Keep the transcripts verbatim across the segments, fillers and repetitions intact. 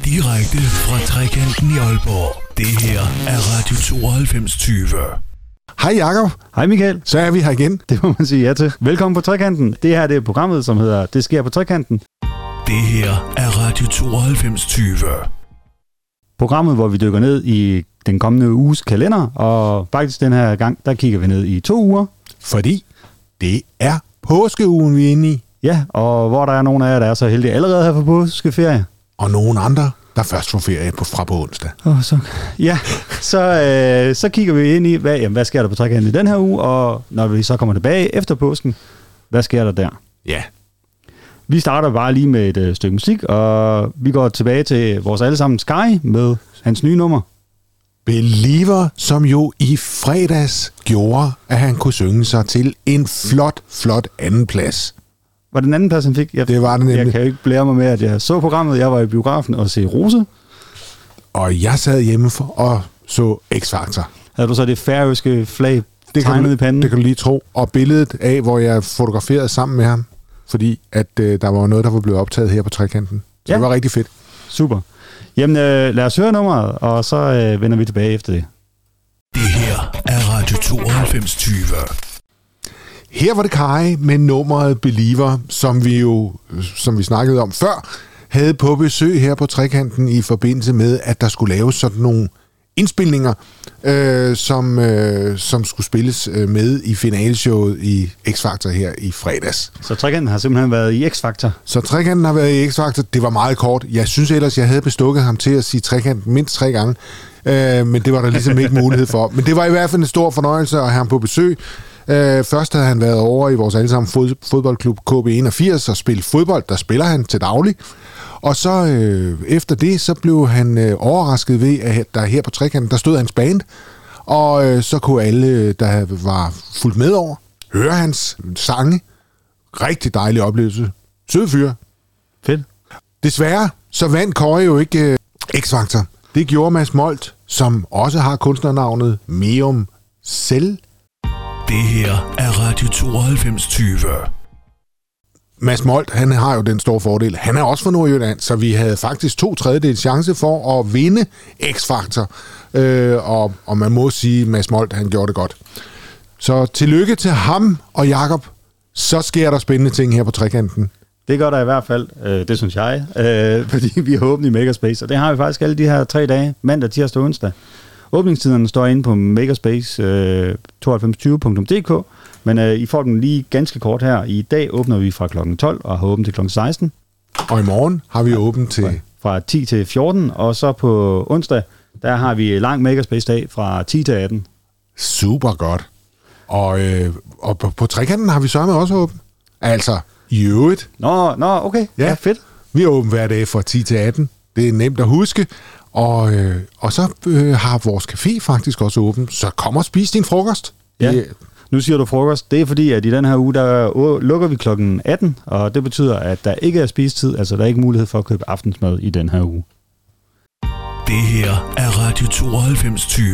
Direkte fra Trekanten i Aalborg. Det her er Radio tooghalvfems tyve. Hej Jakob. Hej Michael. Så er vi her igen. Det må man sige ja til. Velkommen på Trekanten. Det her det er programmet, som hedder Det sker på Trekanten. Det her er Radio tooghalvfems tyve. Programmet, hvor vi dykker ned i den kommende uges kalender, og faktisk den her gang, der kigger vi ned i to uger. Fordi det er påskeugen, vi er inde i. Ja, og hvor der er nogle af jer, der er så heldige allerede her på påskeferie. Og nogle andre, der først får ferie på, fra på onsdag. Oh, så, ja, så, øh, så kigger vi ind i, hvad, jamen, hvad sker der på Trekanten i den her uge, og når vi så kommer tilbage efter påsken, hvad sker der der? Ja. Vi starter bare lige med et øh, stykke musik, og vi går tilbage til vores allesammen Sky med hans nye nummer. Believer, som jo i fredags gjorde, at han kunne synge sig til en flot, flot anden plads. Var det den anden plads, han fik? Jeg, det var det nemlig. Jeg kan jo ikke blære mig med, at jeg så programmet. Jeg var i biografen og se Rose. Og jeg sad hjemme for og så X-Factor. Havde du så det færøske flag det tegnet kan, i panden? Det kan du lige tro. Og billedet af, hvor jeg fotograferede sammen med ham. Fordi at øh, der var noget, der var blevet optaget her på Trekanten. Så ja. Det var rigtig fedt. Super. Jamen øh, lad os høre nummeret, og så øh, vender vi tilbage efter det. Det her er Radio tooghalvfems tyve. Her var det Kai med nummeret Believer, som vi jo, som vi snakkede om før, havde på besøg her på Trekanten i forbindelse med, at der skulle laves sådan nogle indspilninger, øh, som, øh, som skulle spilles øh, med i finaleshowet i X-Factor her i fredags. Så Trekanten har simpelthen været i X-Factor? Så Trekanten har været i X-Factor. Det var meget kort. Jeg synes ellers, jeg havde bestukket ham til at sige Trekanten mindst tre gange, øh, men det var der ligesom ikke mulighed for. Men det var i hvert fald en stor fornøjelse at have ham på besøg. Uh, først havde han været over i vores allesammen fod- fodboldklub K B enogfirs og spillet fodbold. Der spiller han til daglig. Og så uh, efter det, så blev han uh, overrasket ved, at der her på Trekanten, der stod hans band. Og uh, så kunne alle, der var fulgt med over, høre hans sange. Rigtig dejlig oplevelse. Sød fyr. Fedt. Desværre, så vandt Kåre jo ikke uh, X-Factor. Det gjorde Mads Molt, som også har kunstnernavnet Meum Selv. Det her er Radio tooghalvfems tyve. Mads Molt, han har jo den store fordel. Han er også fra Nordjylland, så vi havde faktisk to tredjedels chance for at vinde X-Factor. Øh, og, og man må sige, at Mads Molt, han gjorde det godt. Så tillykke til ham og Jakob. Så sker der spændende ting her på Trekanten. Det gør der i hvert fald, øh, det synes jeg, øh, fordi vi har åbnet i Makerspace, og det har vi faktisk alle de her tre dage, mandag, tirsdag og onsdag. Åbningstiderne står inde på makerspace øh, tooghalvfems tyve punktum d k, men øh, I får den lige ganske kort her. I dag åbner vi fra klokken tolv og har åbent til klokken seksten. Og i morgen har vi åbent til... Fra ti til fjorten, og så på onsdag, der har vi lang Makerspace-dag fra ti til atten. Super godt. Og, øh, og på, på Trekanten har vi så med også åbent. Altså, i øvrigt. Nå, nå, okay. Ja, ja fedt. Vi er åbent hver dag fra ti til atten. Det er nemt at huske. Og, øh, og så øh, har vores café faktisk også åben. Så kom og spis din frokost. Ja, det, nu siger du frokost. Det er fordi, at i den her uge, der lukker vi klokken atten, og det betyder, at der ikke er spisetid, altså der er ikke mulighed for at købe aftensmad i den her uge. Det her er Radio tooghalvfems tyve.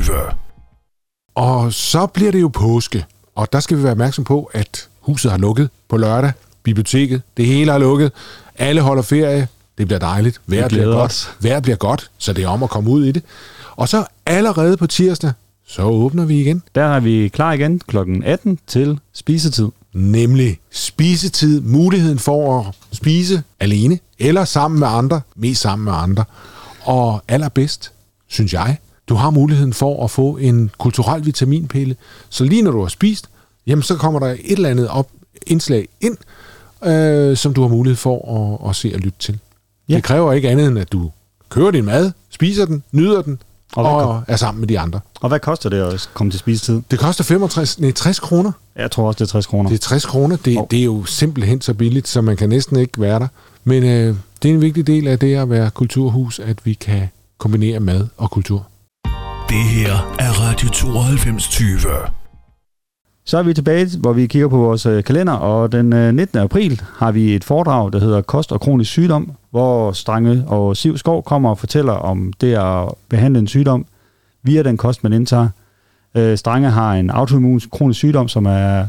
Og så bliver det jo påske, og der skal vi være opmærksom på, at huset har lukket på lørdag. Biblioteket, det hele er lukket. Alle holder ferie. Det bliver dejligt. Vejret bliver godt. Vejret bliver godt, så det er om at komme ud i det. Og så allerede på tirsdag, så åbner vi igen. Der er vi klar igen klokken atten til spisetid. Nemlig spisetid. Muligheden for at spise alene eller sammen med andre. Mest sammen med andre. Og allerbedst, synes jeg, du har muligheden for at få en kulturel vitaminpille. Så lige når du har spist, jamen så kommer der et eller andet op, indslag ind, øh, som du har mulighed for at, at se og lytte til. Ja. Det kræver ikke andet end, at du kører din mad, spiser den, nyder den, og, og er sammen med de andre. Og hvad koster det at komme til spisetid? Det koster femogtres, nej, tres kroner. Jeg tror også, det er tres kroner. Det er tres kroner. Det, oh. det er jo simpelthen så billigt, så man kan næsten ikke være der. Men øh, det er en vigtig del af det at være kulturhus, at vi kan kombinere mad og kultur. Det her er Radio tooghalvfems tyve. Så er vi tilbage, hvor vi kigger på vores kalender, og den nittende april har vi et foredrag, der hedder Kost og kronisk sygdom, hvor Strange og Siv Skov kommer og fortæller om det at behandle en sygdom via den kost, man indtager. Strange har en autoimmun kronisk sygdom, som er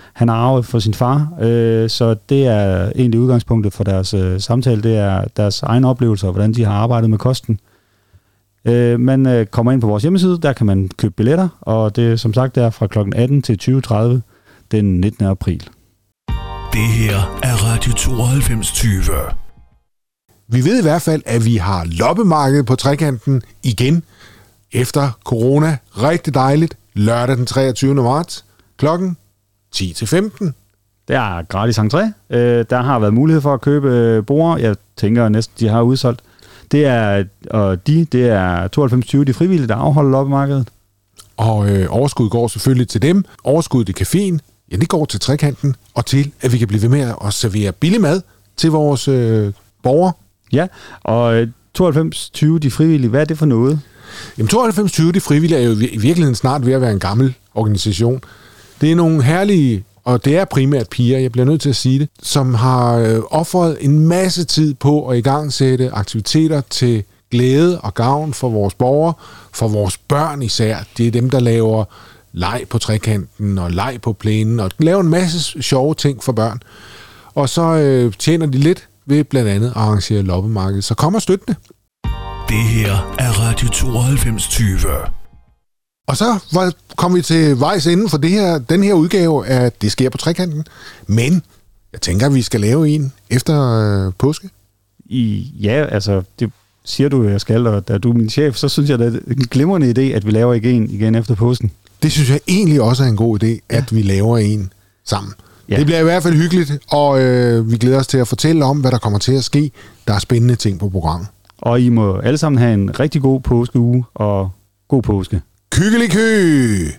han har arvet for sin far, øh, så det er egentlig udgangspunktet for deres øh, samtale, det er deres egne oplevelser, og hvordan de har arbejdet med kosten. Øh, man øh, kommer ind på vores hjemmeside, der kan man købe billetter, og det som sagt er fra klokken atten til tyve tredive den nittende april. Det her er Radio tooghalvfems tyve. Vi ved i hvert fald, at vi har loppemarked på Trekanten igen efter corona. Rigtig dejligt. Lørdag den treogtyvende marts klokken ti til femten. Det er gratis entré. Øh, der har været mulighed for at købe borde. Jeg tænker næsten, de har udsolgt. Det er, og de, det er tooghalvfems tyve, de frivillige, der afholder loppemarkedet. Og øh, overskud går selvfølgelig til dem. Overskuddet i caféen, ja, det går til Trekanten, og til, at vi kan blive ved med at servere billig mad til vores øh, borgere. Ja, og tooghalvfems tyve, de frivillige, hvad er det for noget? Jamen tooghalvfems tyve, de frivillige, er jo i virkeligheden snart ved at være en gammel organisation. Det er nogle herlige, og det er primært piger, jeg bliver nødt til at sige det, som har øh, offret en masse tid på at igangsætte aktiviteter til glæde og gavn for vores borgere, for vores børn især. Det er dem, der laver leg på Trekanten og leg på plænen, og laver en masse sjove ting for børn. Og så øh, tjener de lidt ved blandt andet at arrangere loppemarked. Så kom og støt det. Det her er Radio tooghalvfems tyve. Og så var, kom vi til vejs ende for det her, den her udgave af Det sker på Trekanten. Men jeg tænker, at vi skal lave en efter øh, påske. I, ja, altså, det siger du, jeg skal, og da du er min chef, så synes jeg, det er en glimrende idé, at vi laver igen, igen efter påsken. Det synes jeg egentlig også er en god idé, ja. At vi laver en sammen. Ja. Det bliver i hvert fald hyggeligt, og øh, vi glæder os til at fortælle om, hvad der kommer til at ske. Der er spændende ting på programmet. Og I må alle sammen have en rigtig god påskeuge, og god påske. Kykkelig kø!